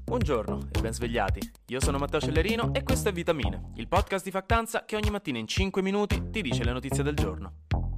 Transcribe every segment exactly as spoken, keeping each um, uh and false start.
Buongiorno e ben svegliati, io sono Matteo Cellerino e questo è Vitamine, il podcast di Factanza che ogni mattina in cinque minuti ti dice le notizie del giorno.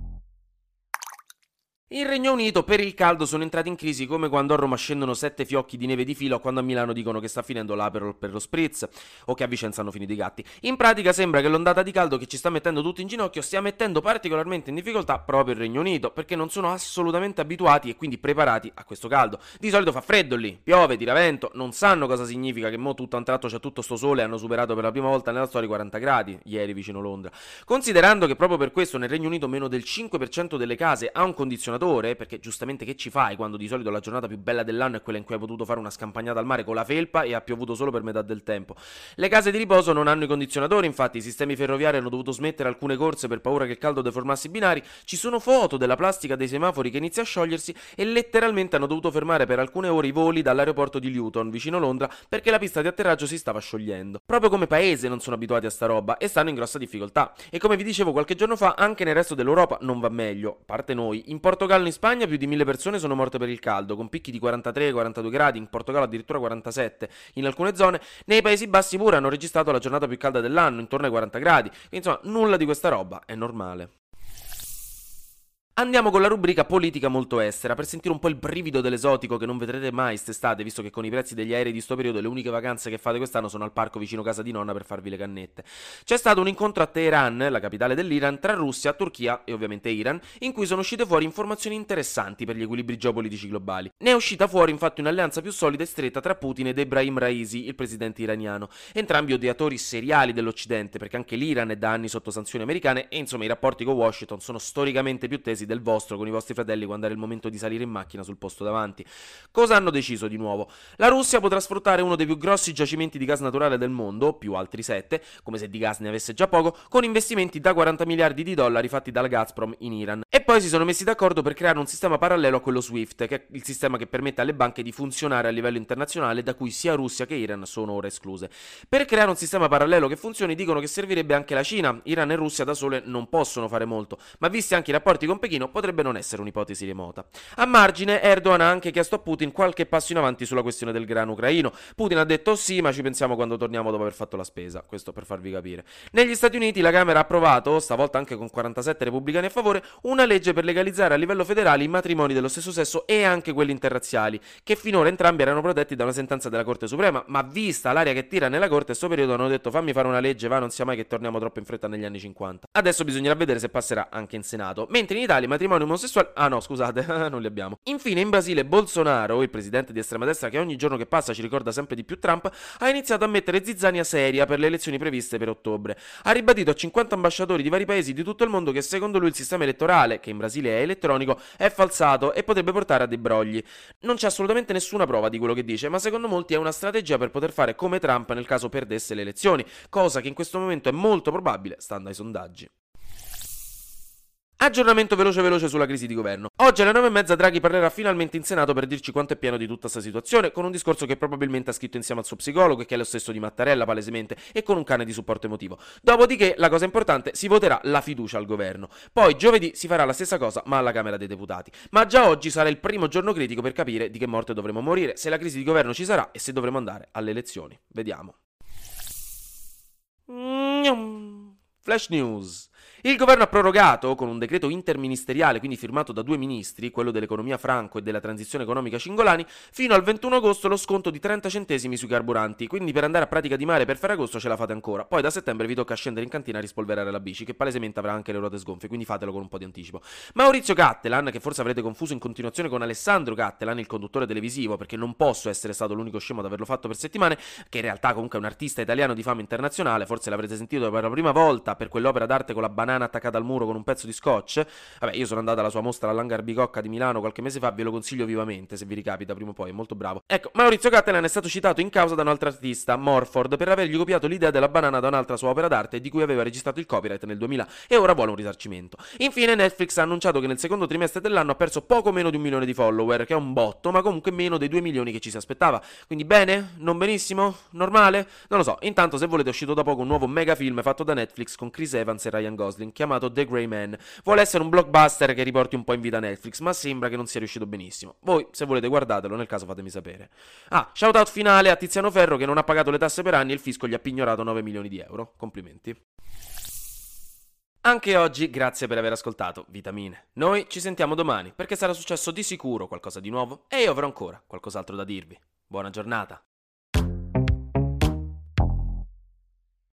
In Regno Unito per il caldo sono entrati in crisi come quando a Roma scendono sette fiocchi di neve di fila o quando a Milano dicono che sta finendo l'Aperol per lo spritz o che a Vicenza hanno finito i gatti. In pratica sembra che l'ondata di caldo che ci sta mettendo tutti in ginocchio stia mettendo particolarmente in difficoltà proprio il Regno Unito perché non sono assolutamente abituati e quindi preparati a questo caldo. Di solito fa freddo lì, piove, tira vento, non sanno cosa significa che mo tutto a un tratto c'è tutto sto sole e hanno superato per la prima volta nella storia i quaranta gradi ieri vicino Londra. Considerando che proprio per questo nel Regno Unito meno del cinque per cento delle case ha un condizionatore, perché giustamente che ci fai quando di solito la giornata più bella dell'anno è quella in cui hai potuto fare una scampagnata al mare con la felpa e ha piovuto solo per metà del tempo. Le case di riposo non hanno i condizionatori, infatti i sistemi ferroviari hanno dovuto smettere alcune corse per paura che il caldo deformasse i binari, ci sono foto della plastica dei semafori che inizia a sciogliersi e letteralmente hanno dovuto fermare per alcune ore i voli dall'aeroporto di Luton, vicino Londra, perché la pista di atterraggio si stava sciogliendo. Proprio come paese non sono abituati a sta roba e stanno in grossa difficoltà. E come vi dicevo qualche giorno fa, anche nel resto dell'Europa non va meglio, a parte noi. In Portogallo e in Spagna più di mille persone sono morte per il caldo, con picchi di quarantatré quarantadue gradi, in Portogallo addirittura quarantasette in alcune zone. Nei Paesi Bassi pure hanno registrato la giornata più calda dell'anno, intorno ai quaranta gradi. Insomma, nulla di questa roba è normale. Andiamo con la rubrica politica molto estera, per sentire un po' il brivido dell'esotico che non vedrete mai st'estate, visto che con i prezzi degli aerei di sto periodo le uniche vacanze che fate quest'anno sono al parco vicino casa di nonna per farvi le cannette. C'è stato un incontro a Teheran, la capitale dell'Iran, tra Russia, Turchia e ovviamente Iran, in cui sono uscite fuori informazioni interessanti per gli equilibri geopolitici globali. Ne è uscita fuori infatti un'alleanza più solida e stretta tra Putin ed Ebrahim Raisi, il presidente iraniano, entrambi odiatori seriali dell'Occidente, perché anche l'Iran è da anni sotto sanzioni americane e insomma i rapporti con Washington sono storicamente più tesi del vostro con i vostri fratelli quando era il momento di salire in macchina sul posto davanti. Cosa hanno deciso di nuovo? La Russia potrà sfruttare uno dei più grossi giacimenti di gas naturale del mondo, più altri sette, come se di gas ne avesse già poco, con investimenti da quaranta miliardi di dollari fatti dalla Gazprom in Iran. E poi si sono messi d'accordo per creare un sistema parallelo a quello SWIFT, che è il sistema che permette alle banche di funzionare a livello internazionale, da cui sia Russia che Iran sono ora escluse. Per creare un sistema parallelo che funzioni dicono che servirebbe anche la Cina. Iran e Russia da sole non possono fare molto, ma visti anche i rapporti con Pechino potrebbe non essere un'ipotesi remota. A margine, Erdogan ha anche chiesto a Putin qualche passo in avanti sulla questione del grano ucraino. Putin ha detto sì, ma ci pensiamo quando torniamo dopo aver fatto la spesa, questo per farvi capire. Negli Stati Uniti la Camera ha approvato, stavolta anche con quarantasette repubblicani a favore, una legge per legalizzare a livello federale i matrimoni dello stesso sesso e anche quelli interrazziali, che finora entrambi erano protetti da una sentenza della Corte Suprema, ma vista l'aria che tira nella Corte a sto periodo hanno detto fammi fare una legge, va, non sia mai che torniamo troppo in fretta negli anni cinquanta. Adesso bisognerà vedere se passerà anche in Senato, mentre in Italia i matrimoni omosessuali ah no scusate non li abbiamo. Infine in Brasile Bolsonaro, il presidente di estrema destra che ogni giorno che passa ci ricorda sempre di più Trump, ha iniziato a mettere zizzania seria per le elezioni previste per ottobre. Ha ribadito a cinquanta ambasciatori di vari paesi di tutto il mondo che secondo lui il sistema elettorale, che in Brasile è elettronico, è falsato e potrebbe portare a dei brogli. Non c'è assolutamente nessuna prova di quello che dice, ma secondo molti è una strategia per poter fare come Trump nel caso perdesse le elezioni, cosa che in questo momento è molto probabile stando ai sondaggi. Aggiornamento veloce veloce sulla crisi di governo. Oggi alle nove e mezza Draghi parlerà finalmente in Senato per dirci quanto è pieno di tutta questa situazione, con un discorso che probabilmente ha scritto insieme al suo psicologo, che è lo stesso di Mattarella palesemente, e con un cane di supporto emotivo. Dopodiché, la cosa importante, si voterà la fiducia al governo. Poi giovedì si farà la stessa cosa, ma alla Camera dei Deputati. Ma già oggi sarà il primo giorno critico per capire di che morte dovremo morire, se la crisi di governo ci sarà e se dovremo andare alle elezioni. Vediamo. Flash News. Il governo ha prorogato, con un decreto interministeriale, quindi firmato da due ministri, quello dell'economia Franco e della transizione economica Cingolani, fino al ventuno agosto lo sconto di trenta centesimi sui carburanti, quindi per andare a Pratica di Mare per Ferragosto ce la fate ancora. Poi da settembre vi tocca scendere in cantina a rispolverare la bici, che palesemente avrà anche le ruote sgonfie, quindi fatelo con un po' di anticipo. Maurizio Cattelan, che forse avrete confuso in continuazione con Alessandro Cattelan, il conduttore televisivo, perché non posso essere stato l'unico scemo ad averlo fatto per settimane, che in realtà comunque è un artista italiano di fama internazionale, forse l'avrete sentito per la prima volta per quell'opera d'arte con la banana attaccata al muro con un pezzo di scotch. Vabbè, io sono andata alla sua mostra all'Hangar Bicocca di Milano qualche mese fa, ve lo consiglio vivamente se vi ricapita prima o poi, è molto bravo. Ecco, Maurizio Cattelan è stato citato in causa da un altro artista, Morford, per avergli copiato l'idea della banana da un'altra sua opera d'arte di cui aveva registrato il copyright nel duemila e ora vuole un risarcimento. Infine Netflix ha annunciato che nel secondo trimestre dell'anno ha perso poco meno di un milione di follower, che è un botto, ma comunque meno dei due milioni che ci si aspettava. Quindi bene? Non benissimo? Normale? Non lo so. Intanto se volete è uscito da poco un nuovo mega film fatto da Netflix con Chris Evans e Ryan Gosling, Gosling chiamato The Grey Man. Vuole essere un blockbuster che riporti un po' in vita Netflix, ma sembra che non sia riuscito benissimo. Voi, se volete, guardatelo, nel caso fatemi sapere. Ah, shoutout finale a Tiziano Ferro che non ha pagato le tasse per anni e il fisco gli ha pignorato nove milioni di euro. Complimenti. Anche oggi grazie per aver ascoltato Vitamine. Noi ci sentiamo domani perché sarà successo di sicuro qualcosa di nuovo e io avrò ancora qualcos'altro da dirvi. Buona giornata.